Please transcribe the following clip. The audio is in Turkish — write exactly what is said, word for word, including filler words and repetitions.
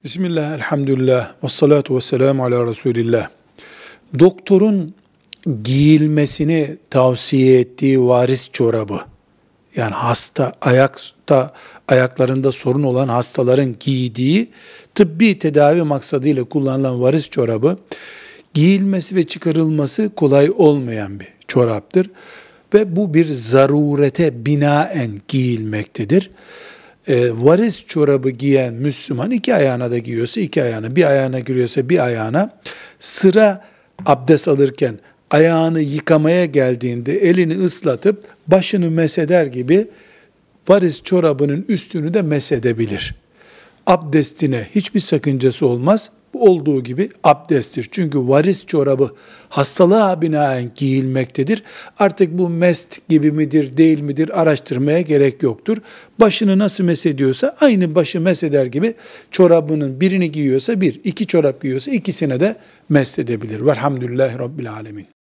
Bismillah, elhamdülillah, ve salatu ve selamu ala Resulillah. Doktorun giyilmesini tavsiye ettiği varis çorabı, yani hasta, ayakta, ayaklarında sorun olan hastaların giydiği tıbbi tedavi maksadıyla kullanılan varis çorabı, giyilmesi ve çıkarılması kolay olmayan bir çoraptır. Ve bu bir zarurete binaen giyilmektedir. E, varis çorabı giyen Müslüman iki ayağına da giyiyorsa iki ayağına, bir ayağına giriyorsa bir ayağına, sıra abdest alırken ayağını yıkamaya geldiğinde elini ıslatıp başını mesheder gibi varis çorabının üstünü de mesedebilir. Abdestine hiçbir sakıncası olmaz. Bu olduğu gibi abdesttir. Çünkü varis çorabı hastalığa binaen giyilmektedir. Artık bu mest gibi midir değil midir araştırmaya gerek yoktur. Başını nasıl mesediyorsa aynı başı meseder gibi çorabının birini giyiyorsa bir, iki çorap giyiyorsa ikisine de mesedebilir. Velhamdülillahi Rabbil Alemin.